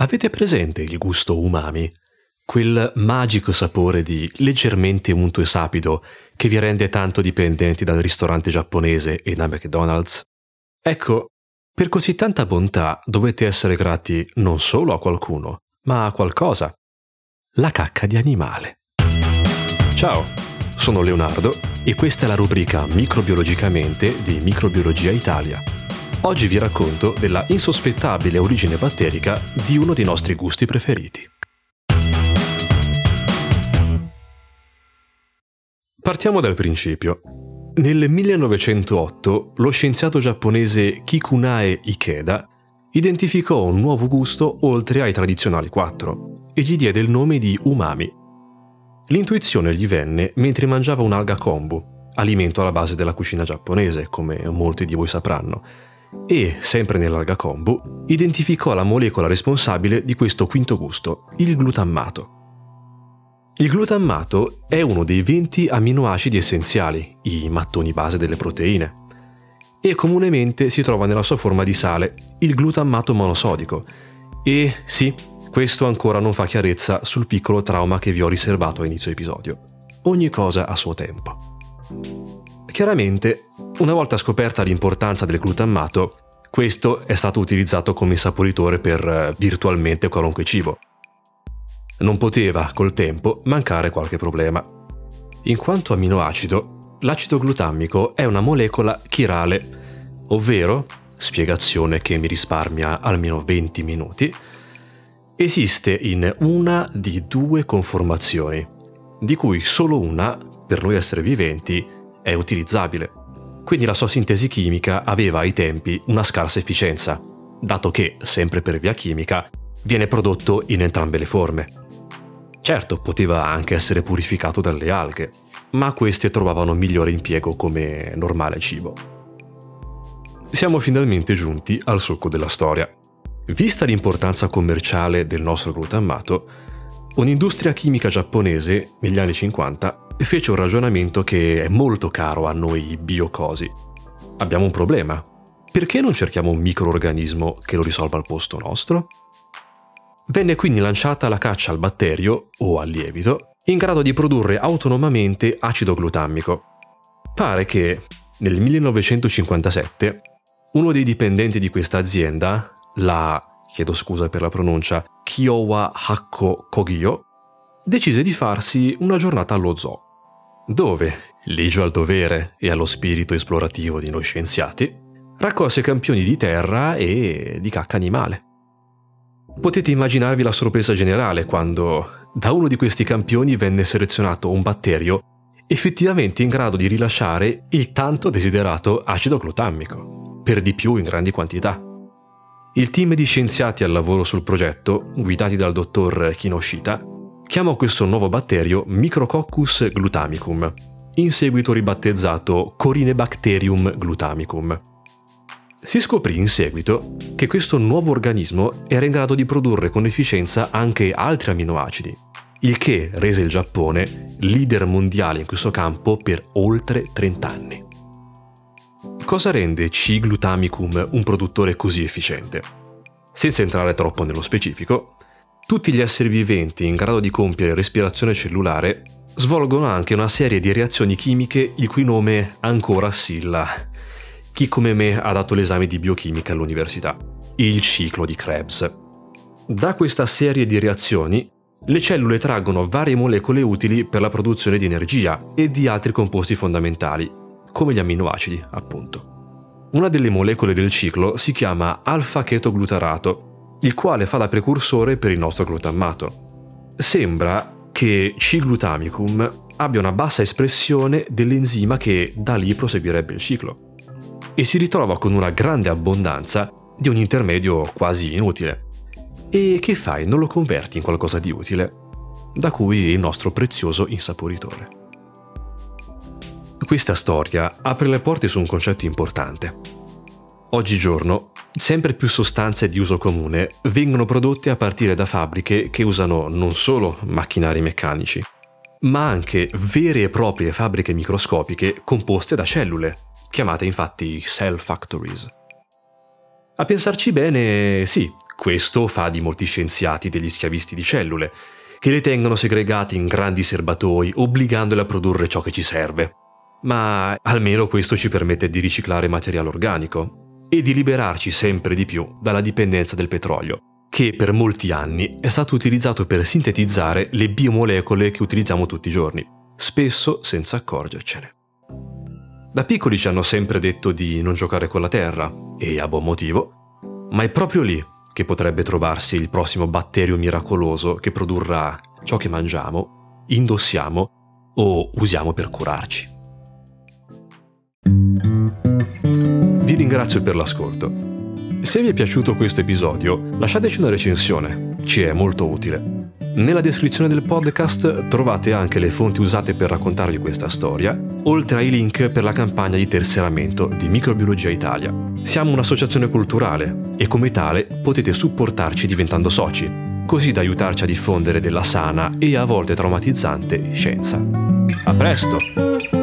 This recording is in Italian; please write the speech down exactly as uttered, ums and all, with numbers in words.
Avete presente il gusto umami? Quel magico sapore di leggermente unto e sapido che vi rende tanto dipendenti dal ristorante giapponese e da McDonald's? Ecco, per così tanta bontà dovete essere grati non solo a qualcuno, ma a qualcosa. La cacca di animale. Ciao, sono Leonardo e questa è la rubrica Microbiologicamente di Microbiologia Italia. Oggi vi racconto della insospettabile origine batterica di uno dei nostri gusti preferiti. Partiamo dal principio. Nel millenovecentootto lo scienziato giapponese Kikunae Ikeda identificò un nuovo gusto oltre ai tradizionali quattro e gli diede il nome di umami. L'intuizione gli venne mentre mangiava un'alga kombu, alimento alla base della cucina giapponese, come molti di voi sapranno, e, sempre nell'alga kombu, identificò la molecola responsabile di questo quinto gusto, il glutammato. Il glutammato è uno dei venti aminoacidi essenziali, i mattoni base delle proteine, e comunemente si trova nella sua forma di sale, il glutammato monosodico. E sì, questo ancora non fa chiarezza sul piccolo trauma che vi ho riservato a inizio episodio. Ogni cosa a suo tempo. Chiaramente, una volta scoperta l'importanza del glutammato, questo è stato utilizzato come insaporitore per virtualmente qualunque cibo. Non poteva, col tempo, mancare qualche problema. In quanto aminoacido, l'acido glutammico è una molecola chirale, ovvero, spiegazione che mi risparmia almeno venti minuti, esiste in una di due conformazioni, di cui solo una, per noi esseri viventi, è utilizzabile. Quindi la sua sintesi chimica aveva ai tempi una scarsa efficienza, dato che, sempre per via chimica, viene prodotto in entrambe le forme. Certo, poteva anche essere purificato dalle alghe, ma queste trovavano migliore impiego come normale cibo. Siamo finalmente giunti al succo della storia. Vista l'importanza commerciale del nostro glutammato, un'industria chimica giapponese, negli anni cinquanta, fece un ragionamento che è molto caro a noi biocosi. Abbiamo un problema. Perché non cerchiamo un microorganismo che lo risolva al posto nostro? Venne quindi lanciata la caccia al batterio, o al lievito, in grado di produrre autonomamente acido glutammico. Pare che, nel millenovecentocinquantasette, uno dei dipendenti di questa azienda, la, chiedo scusa per la pronuncia, Kyowa Hakko Kogyo, decise di farsi una giornata allo zoo, dove, ligio al dovere e allo spirito esplorativo di noi scienziati, raccolse campioni di terra e di cacca animale. Potete immaginarvi la sorpresa generale quando, da uno di questi campioni venne selezionato un batterio effettivamente in grado di rilasciare il tanto desiderato acido glutammico, per di più in grandi quantità. Il team di scienziati al lavoro sul progetto, guidati dal dottor Kinoshita, chiamò questo nuovo batterio Micrococcus glutamicum, in seguito ribattezzato Corynebacterium glutamicum. Si scoprì in seguito che questo nuovo organismo era in grado di produrre con efficienza anche altri aminoacidi, il che rese il Giappone leader mondiale in questo campo per oltre trenta anni. Cosa rende C-glutamicum un produttore così efficiente? Senza entrare troppo nello specifico, tutti gli esseri viventi in grado di compiere respirazione cellulare svolgono anche una serie di reazioni chimiche il cui nome ancora assilla chi come me ha dato l'esame di biochimica all'università, il ciclo di Krebs. Da questa serie di reazioni, le cellule traggono varie molecole utili per la produzione di energia e di altri composti fondamentali, come gli amminoacidi, appunto. Una delle molecole del ciclo si chiama alfa-chetoglutarato, il quale fa da precursore per il nostro glutammato. Sembra che C-glutamicum abbia una bassa espressione dell'enzima che da lì proseguirebbe il ciclo, e si ritrova con una grande abbondanza di un intermedio quasi inutile. E che fai? Non lo converti in qualcosa di utile, da cui il nostro prezioso insaporitore. Questa storia apre le porte su un concetto importante. Oggigiorno, sempre più sostanze di uso comune vengono prodotte a partire da fabbriche che usano non solo macchinari meccanici, ma anche vere e proprie fabbriche microscopiche composte da cellule, chiamate infatti cell factories. A pensarci bene, sì, Questo fa di molti scienziati degli schiavisti di cellule, che le tengono segregati in grandi serbatoi, obbligandole a produrre ciò che ci serve. Ma almeno questo ci permette di riciclare materiale organico e di liberarci sempre di più dalla dipendenza del petrolio, che per molti anni è stato utilizzato per sintetizzare le biomolecole che utilizziamo tutti i giorni, spesso senza accorgercene. Da piccoli ci hanno sempre detto di non giocare con la terra, e a buon motivo, ma è proprio lì che potrebbe trovarsi il prossimo batterio miracoloso che produrrà ciò che mangiamo, indossiamo o usiamo per curarci. Vi ringrazio per l'ascolto. Se vi è piaciuto questo episodio, lasciateci una recensione, ci è molto utile. Nella descrizione del podcast trovate anche le fonti usate per raccontarvi questa storia, oltre ai link per la campagna di tesseramento di Microbiologia Italia. Siamo un'associazione culturale e come tale potete supportarci diventando soci, così da aiutarci a diffondere della sana e a volte traumatizzante scienza. A presto!